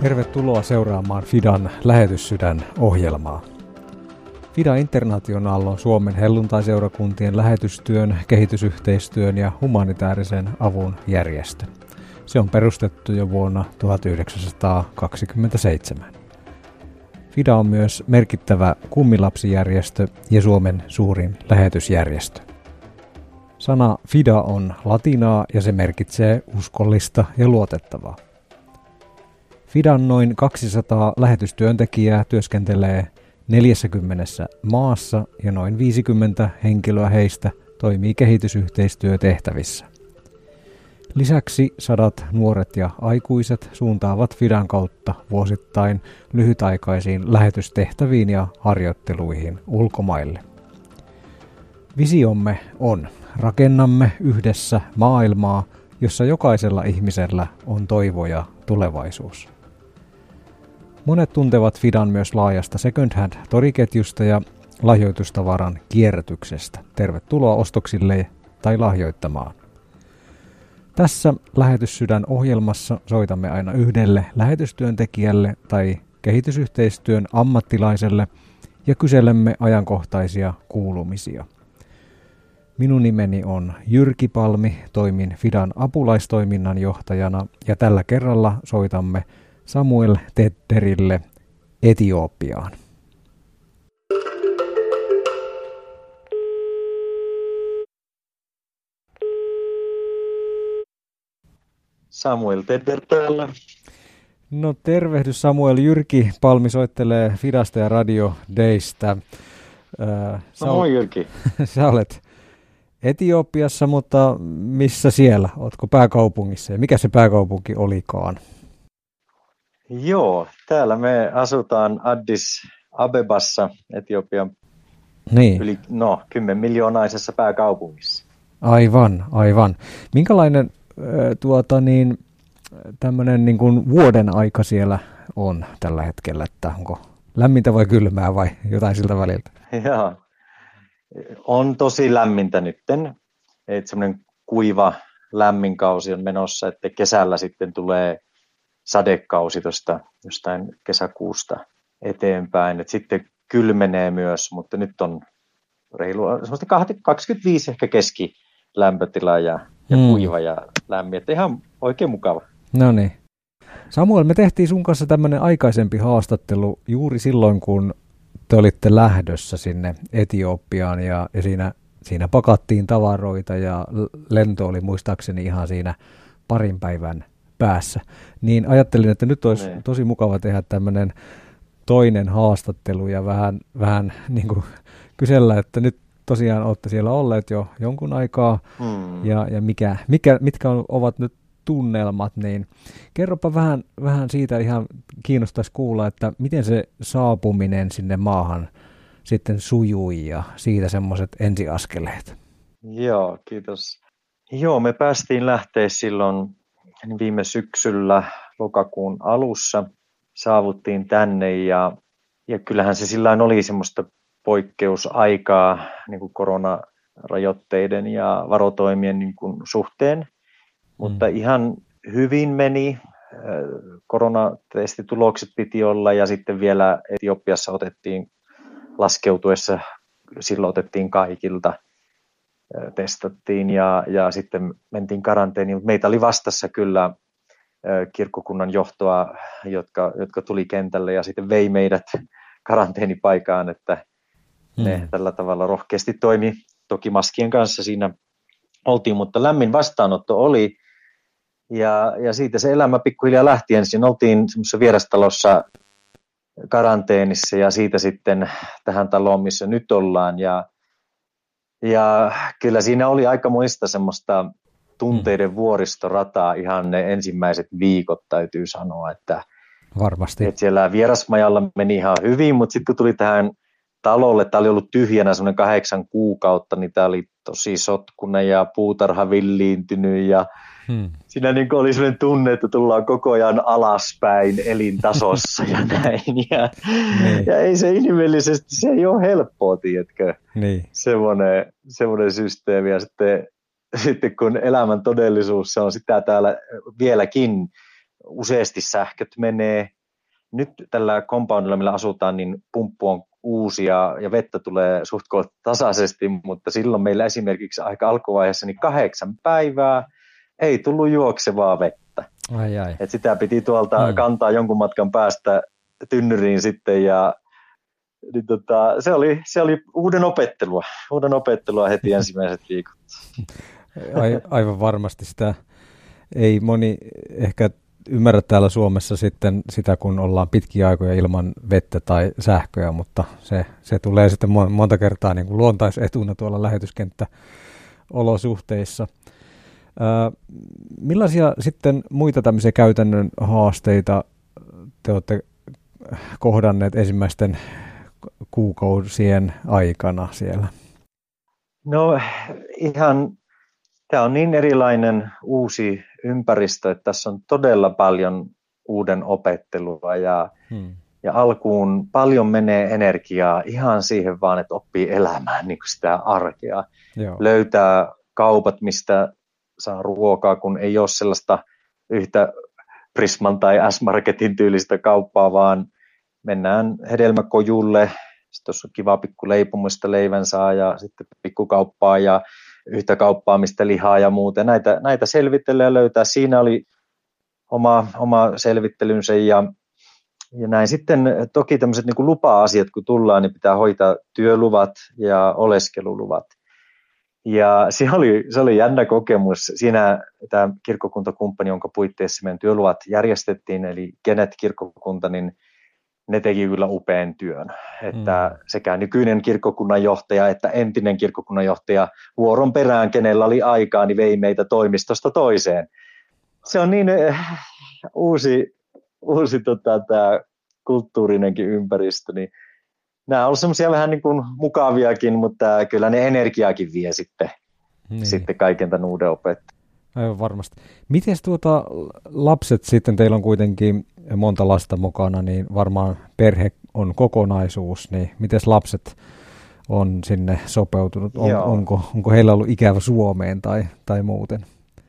Tervetuloa seuraamaan Fidan Lähetyssydän-ohjelmaa. Fida International on Suomen helluntaiseurakuntien lähetystyön, kehitysyhteistyön ja humanitaarisen avun järjestö. Se on perustettu jo vuonna 1927. Fida on myös merkittävä kummilapsijärjestö ja Suomen suurin lähetysjärjestö. Sana Fida on latinaa ja se merkitsee uskollista ja luotettavaa. Fidan noin 200 lähetystyöntekijää työskentelee 40 maassa ja noin 50 henkilöä heistä toimii kehitysyhteistyötehtävissä. Lisäksi 100 nuoret ja aikuiset suuntaavat Fidan kautta vuosittain lyhytaikaisiin lähetystehtäviin ja harjoitteluihin ulkomaille. Visiomme on: rakennamme yhdessä maailmaa, jossa jokaisella ihmisellä on toivo ja tulevaisuus. Monet tuntevat Fidan myös laajasta second hand toriketjusta ja lahjoitustavaran kierrätyksestä. Tervetuloa ostoksille tai lahjoittamaan. Tässä Lähetyssydän-ohjelmassa soitamme aina yhdelle lähetystyöntekijälle tai kehitysyhteistyön ammattilaiselle ja kyselemme ajankohtaisia kuulumisia. Minun nimeni on Jyrki Palmi, toimin Fidan apulaistoiminnan johtajana ja tällä kerralla soitamme Samuel Tedderille Etiopiaan. Samuel Tedder täällä. No tervehdys Samuel, Jyrki Palmi soittelee Fidasta ja Radio Daystä. Moi Jyrki. Sä olet Etiopiassa, mutta missä siellä? Ootko pääkaupungissa ja mikä se pääkaupunki olikaan? Joo, täällä me asutaan Addis Abebassa, Etiopian yli 10 miljoonaisessa pääkaupungissa. Aivan. Minkälainen tämmöinen niin kuin vuoden aika siellä on tällä hetkellä, että onko lämmintä vai kylmää vai jotain siltä väliltä? Joo, on tosi lämmintä nytten, että semmoinen kuiva lämmin kausi on menossa, että kesällä sitten tulee sadekausi tuosta jostain kesäkuusta eteenpäin, että sitten kylmenee myös, mutta nyt on reilua semmoista 25 ehkä keskilämpötila ja kuiva ja lämmin, että ihan oikein mukava. No niin. Samuel, me tehtiin sun kanssa tämmöinen aikaisempi haastattelu juuri silloin, kun te olitte lähdössä sinne Etiopiaan ja siinä pakattiin tavaroita ja lento oli muistaakseni ihan siinä parin päivän päässä. Niin ajattelin, että nyt olisi tosi mukava tehdä tämmöinen toinen haastattelu ja vähän niin kuin kysellä, että nyt tosiaan olette siellä olleet jo jonkun aikaa ja mitkä ovat nyt tunnelmat, niin kerropa vähän siitä, ihan kiinnostaisi kuulla, että miten se saapuminen sinne maahan sitten sujui ja siitä semmoiset ensiaskeleet. Joo, kiitos. Joo, me päästiin lähteä silloin viime syksyllä lokakuun alussa, saavuttiin tänne ja kyllähän se sillain oli semmoista poikkeusaikaa niin kuin koronarajoitteiden ja varotoimien niin kuin suhteen, mutta ihan hyvin meni. Koronatestitulokset piti olla ja sitten vielä Etiopiassa otettiin laskeutuessa, silloin otettiin kaikilta, testattiin ja sitten mentiin karanteeniin, mutta meitä oli vastassa kyllä kirkkokunnan johtoa, jotka tuli kentälle ja sitten vei meidät karanteenipaikaan, että ne tällä tavalla rohkeasti toimi. Toki maskien kanssa siinä oltiin, mutta lämmin vastaanotto oli ja siitä se elämä pikkuhiljaa lähti. Ensin oltiin semmoisessa vierastalossa karanteenissa ja siitä sitten tähän taloon, missä nyt ollaan ja kyllä siinä oli aika muista semmoista tunteiden vuoristorataa ihan ne ensimmäiset viikot, täytyy sanoa, että varmasti. Että siellä vierasmajalla meni ihan hyvin, mutta sitten kun tuli tähän talolle, tämä oli ollut tyhjänä semmoinen 8 kuukautta, niin tämä oli tosi sotkunen ja puutarha villiintynyt ja siinä niin oli sellainen tunne, että tullaan koko ajan alaspäin elintasossa ja näin. Ja ei se inhimillisesti, se ei ole helppoa, tiedätkö, semmoinen systeemi. Ja sitten kun elämän todellisuus se on sitä täällä vieläkin, useasti sähköt menee, nyt tällä compoundilla, millä asutaan, niin pumppu on uusi ja vettä tulee suht koht tasaisesti, mutta silloin meillä esimerkiksi aika alkuvaiheessa niin 8 päivää ei tullut juoksevaa vettä. Ai. Et sitä piti tuolta kantaa jonkun matkan päästä tynnyriin sitten ja niin se oli uuden opettelua heti ensimmäiset viikot. Aivan varmasti sitä ei moni ehkä ymmärrä täällä Suomessa sitten sitä, kun ollaan pitkiä aikoja ilman vettä tai sähköä, mutta se tulee sitten monta kertaa niin kuin luontaisetuna tuolla lähetyskenttäolosuhteissa. Millaisia sitten muita tämmöisiä käytännön haasteita te olette kohdanneet ensimmäisten kuukausien aikana siellä? No tämä on niin erilainen uusi ympäristö, että tässä on todella paljon uuden opettelua ja alkuun paljon menee energiaa ihan siihen vaan, että oppii elämään niin kuin sitä arkea. Joo. Löytää kaupat, mistä saa ruokaa, kun ei ole sellaista yhtä Prisman tai S-Marketin tyylistä kauppaa, vaan mennään hedelmäkojulle, sitten jos on kiva pikku leipo, mistä leivän saa ja sitten pikkukauppaa ja yhtä kauppaa, mistä lihaa ja muuta. Näitä selvitellä ja löytää. Siinä oli oma selvittelynsä ja näin sitten toki tämmöiset niin kuin lupa-asiat, kun tullaan, niin pitää hoitaa työluvat ja oleskeluluvat. Ja se oli jännä kokemus. Siinä tämä kirkkokuntakumppani, jonka puitteissa meidän työluvat järjestettiin, eli Genet kirkkokunta, niin ne teki kyllä upean työn. Että sekä nykyinen kirkkokunnan johtaja että entinen kirkkokunnan johtaja vuoron perään, kenellä oli aikaa, niin vei meitä toimistosta toiseen. Se on niin uusi tämä kulttuurinenkin ympäristö, niin nämä on ollut semmoisia vähän niin kuin mukaviakin, mutta kyllä ne energiaakin vie sitten kaiken tämän uuden opettelun. Aivan varmasti. Miten lapset sitten, teillä on kuitenkin monta lasta mukana, niin varmaan perhe on kokonaisuus, niin miten lapset on sinne sopeutunut? Onko heillä ollut ikävä Suomeen tai muuten?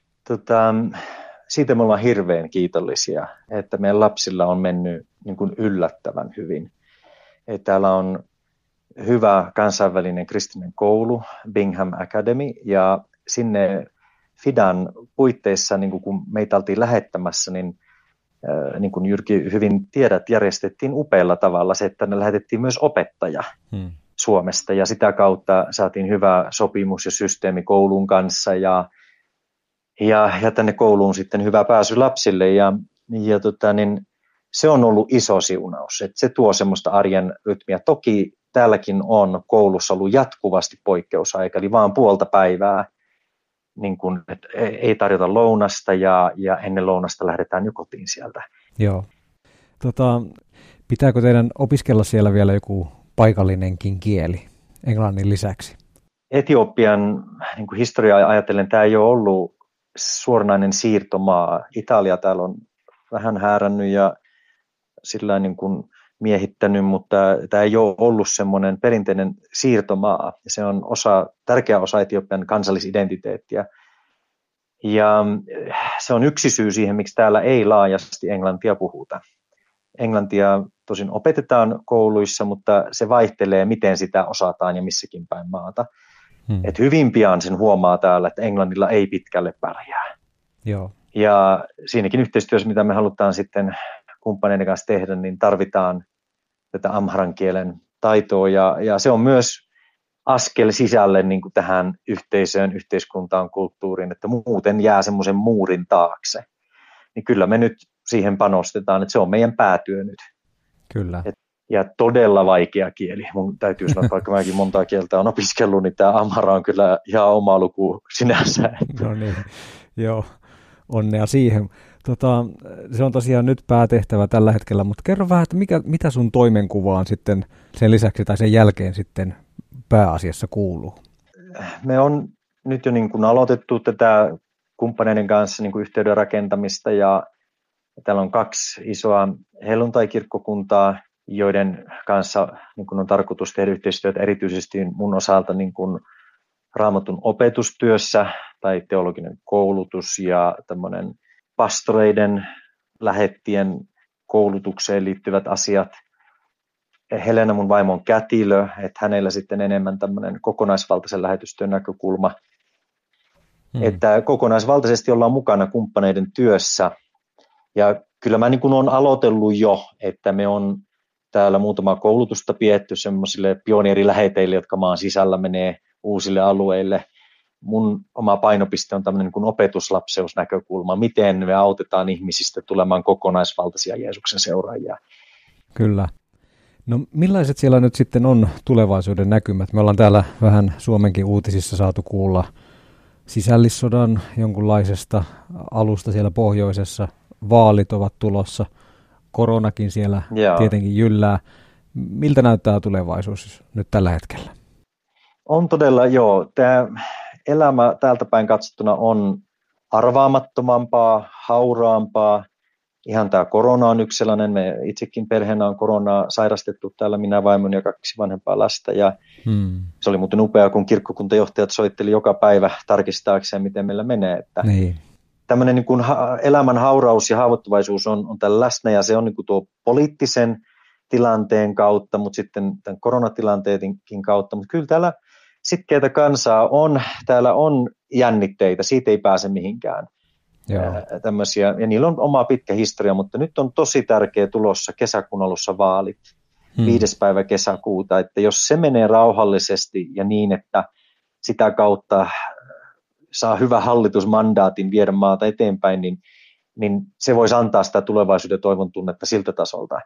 Siitä me ollaan hirveän kiitollisia, että meidän lapsilla on mennyt niin kuin yllättävän hyvin. Täällä on hyvä kansainvälinen kristillinen koulu, Bingham Academy, ja sinne Fidan puitteissa, niin kun meitä oltiin lähettämässä, niin kuin Jyrki hyvin tiedät, järjestettiin upealla tavalla se, että ne lähetettiin myös opettaja Suomesta, ja sitä kautta saatiin hyvä sopimus ja systeemi koulun kanssa, ja tänne kouluun sitten hyvä pääsy lapsille, niin se on ollut iso siunaus, että se tuo semmoista arjen rytmiä. Toki täälläkin on koulussa ollut jatkuvasti poikkeusaika, eli vaan puolta päivää, niin kun, että ei tarjota lounasta ja ennen lounasta lähdetään jo kotiin sieltä. Joo. Pitääkö teidän opiskella siellä vielä joku paikallinenkin kieli englannin lisäksi? Etiopian niin kuin historiaa ajatellen tämä ei ole ollut suoranainen siirtomaa. Italia täällä on vähän häärännyt ja sillä niin kuin miehittänyt, mutta tämä ei ole ollut semmoinen perinteinen siirtomaa. Se on tärkeä osa Etiopian kansallisidentiteettiä. Ja se on yksi syy siihen, miksi täällä ei laajasti englantia puhuta. Englantia tosin opetetaan kouluissa, mutta se vaihtelee, miten sitä osataan ja missäkin päin maata. Et hyvin pian sen huomaa täällä, että englannilla ei pitkälle pärjää. Joo. Ja siinäkin yhteistyössä, mitä me halutaan sitten kumppaneiden kanssa tehdä, niin tarvitaan tätä amharan kielen taitoa. Ja se on myös askel sisälle niin kuin tähän yhteisöön, yhteiskuntaan, kulttuuriin, että muuten jää semmoisen muurin taakse. Niin kyllä me nyt siihen panostetaan, että se on meidän päätyö nyt. Kyllä. Ja todella vaikea kieli. Mun täytyy sanoa, että vaikka mäkin montaa kieltä on opiskellut, niin tämä amhara on kyllä ihan oma luku sinänsä. No niin, joo. Onnea siihen. Se on tosiaan nyt päätehtävä tällä hetkellä, mutta kerro vähän, että mitä sun toimenkuvaan sitten sen lisäksi tai sen jälkeen sitten pääasiassa kuuluu? Me on nyt jo niin kuin aloitettu tätä kumppaneiden kanssa niin kuin yhteyden rakentamista ja täällä on 2 isoa helluntai-kirkkokuntaa, joiden kanssa niin kuin on tarkoitus tehdä yhteistyötä erityisesti mun osalta niin kuin Raamatun opetustyössä tai teologinen koulutus ja tämmöinen pastoreiden lähettien koulutukseen liittyvät asiat. Helena, mun vaimo, on kätilö, että hänellä sitten enemmän tämmöinen kokonaisvaltaisen lähetystyön näkökulma. Että kokonaisvaltaisesti ollaan mukana kumppaneiden työssä. Ja kyllä mä niin kuin olen aloitellut jo, että me on täällä muutamaa koulutusta pietty semmoisille pioneeriläheteille, jotka maan sisällä menee uusille alueille. Mun oma painopiste on tämmöinen niin kuin opetuslapseusnäkökulma, miten me autetaan ihmisistä tulemaan kokonaisvaltaisia Jeesuksen seuraajia. Kyllä. No millaiset siellä nyt sitten on tulevaisuuden näkymät? Me ollaan täällä vähän Suomenkin uutisissa saatu kuulla sisällissodan jonkunlaisesta alusta siellä pohjoisessa. Vaalit ovat tulossa, koronakin siellä tietenkin jyllää. Miltä näyttää tulevaisuus nyt tällä hetkellä? On todella, tämä elämä täältä päin katsottuna on arvaamattomampaa, hauraampaa. Ihan tämä korona on yksi sellainen, me itsekin perheenä on koronaa sairastettu täällä, minä, vaimoni ja 2 vanhempaa lasta. Ja se oli muuten upeaa, kun kirkkokuntajohtajat soitteli joka päivä tarkistaakseen, miten meillä menee. Että tämmöinen niin kuin elämän hauraus ja haavoittuvaisuus on täällä läsnä, ja se on niin kuin tuo poliittisen tilanteen kautta, mutta sitten tämän koronatilanteenkin kautta. Mutta kyllä täällä sitkeitä kansaa on, täällä on jännitteitä, siitä ei pääse mihinkään. Tämmöisiä, ja niillä on oma pitkä historia, mutta nyt on tosi tärkeä tulossa kesäkuun alussa vaalit, 5. päivä kesäkuuta, että jos se menee rauhallisesti ja niin, että sitä kautta saa hyvä hallitusmandaatin viedä maata eteenpäin, niin se voisi antaa sitä tulevaisuuden toivon tunnetta siltä tasolta.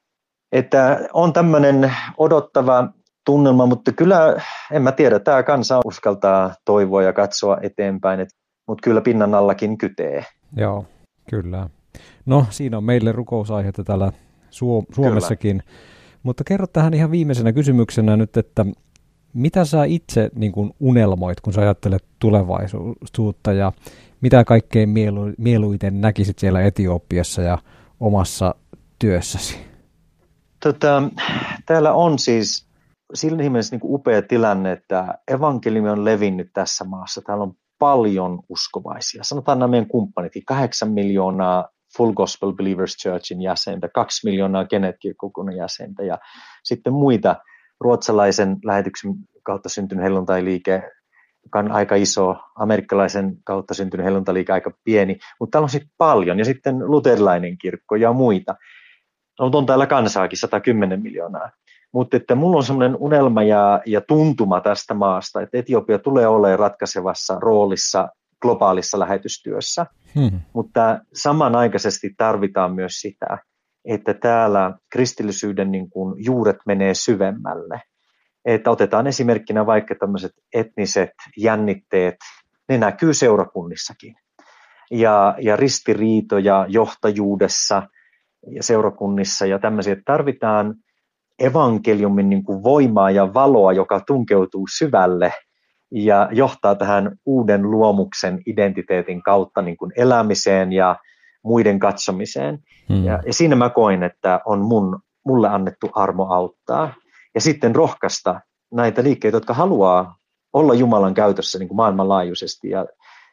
Että on tämmöinen odottava tunnelma, mutta kyllä, en mä tiedä, tämä kansa uskaltaa toivoa ja katsoa eteenpäin, mutta kyllä pinnan allakin kytee. Joo, kyllä. No, siinä on meille rukousaihetta täällä Suomessakin. Kyllä. Mutta kerro tähän ihan viimeisenä kysymyksenä nyt, että mitä sä itse niin kuin unelmoit, kun sä ajattelet tulevaisuutta ja mitä kaikkein mieluiten näkisit siellä Etiopiassa ja omassa työssäsi? Täällä on siis sillä nimessä niin kuin upea tilanne, että evankeliumi on levinnyt tässä maassa. Täällä on paljon uskovaisia. Sanotaan nämä meidän kumppanitkin, 8 miljoonaa Full Gospel Believers Churchin jäsentä, 2 miljoonaa Kenneth-kirkkokunnan jäsentä ja sitten muita ruotsalaisen lähetyksen kautta syntynyt helluntailiike, joka on aika iso, amerikkalaisen kautta syntynyt helluntailiike aika pieni, mutta täällä on sitten paljon ja sitten luterilainen kirkko ja muita. On täällä kansaakin 110 miljoonaa. Mutta että mulla on semmoinen unelma ja tuntuma tästä maasta, että Etiopia tulee olemaan ratkaisevassa roolissa globaalissa lähetystyössä. Mutta samanaikaisesti tarvitaan myös sitä, että täällä kristillisyyden niin kuin juuret menee syvemmälle. Että otetaan esimerkkinä vaikka tämmöiset etniset jännitteet, ne näkyy seurakunnissakin. Ja ristiriitoja johtajuudessa ja seurakunnissa ja tämmöisiä, että tarvitaan evankeliumin niin kuin voimaa ja valoa, joka tunkeutuu syvälle ja johtaa tähän uuden luomuksen identiteetin kautta niin kuin elämiseen ja muiden katsomiseen. Ja siinä mä koin, että on mulle annettu armo auttaa. Ja sitten rohkaista näitä liikkeitä, jotka haluaa olla Jumalan käytössä niin kuin maailmanlaajuisesti. Ja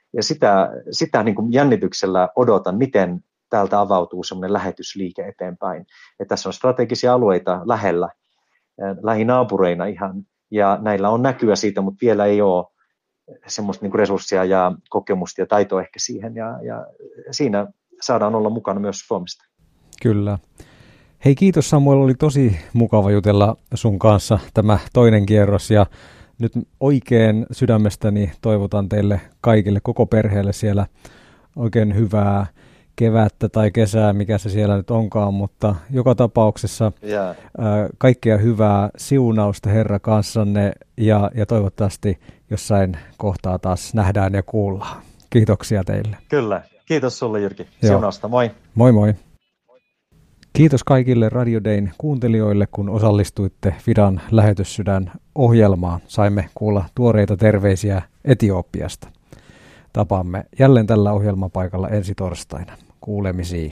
sitä niin kuin jännityksellä odotan, miten täältä avautuu semmoinen lähetysliike eteenpäin. Ja tässä on strategisia alueita lähellä, lähinaapureina ihan, ja näillä on näkyä siitä, mutta vielä ei ole semmoista niin kuin resurssia ja kokemusta ja taitoa ehkä siihen, ja siinä saadaan olla mukana myös Suomesta. Kyllä. Hei, kiitos Samuel, oli tosi mukava jutella sun kanssa tämä toinen kierros, ja nyt oikein sydämestäni toivotan teille kaikille, koko perheelle siellä oikein hyvää kevättä tai kesää, mikä se siellä nyt onkaan, mutta joka tapauksessa kaikkea hyvää, siunausta Herra kanssanne ja toivottavasti jossain kohtaa taas nähdään ja kuullaan. Kiitoksia teille. Kyllä, kiitos sulle Jyrki. Siunausta, moi. Moi moi. Kiitos kaikille Radio Dayn kuuntelijoille, kun osallistuitte Fidan Lähetyssydän -ohjelmaan. Saimme kuulla tuoreita terveisiä Etiopiasta. Tapaamme jälleen tällä ohjelmapaikalla ensi torstaina. Kuulemisiin.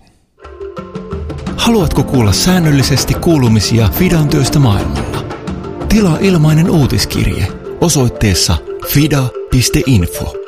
Haluatko kuulla säännöllisesti kuulumisia Fidan työstä maailmalla? Tilaa ilmainen uutiskirje osoitteessa fida.info.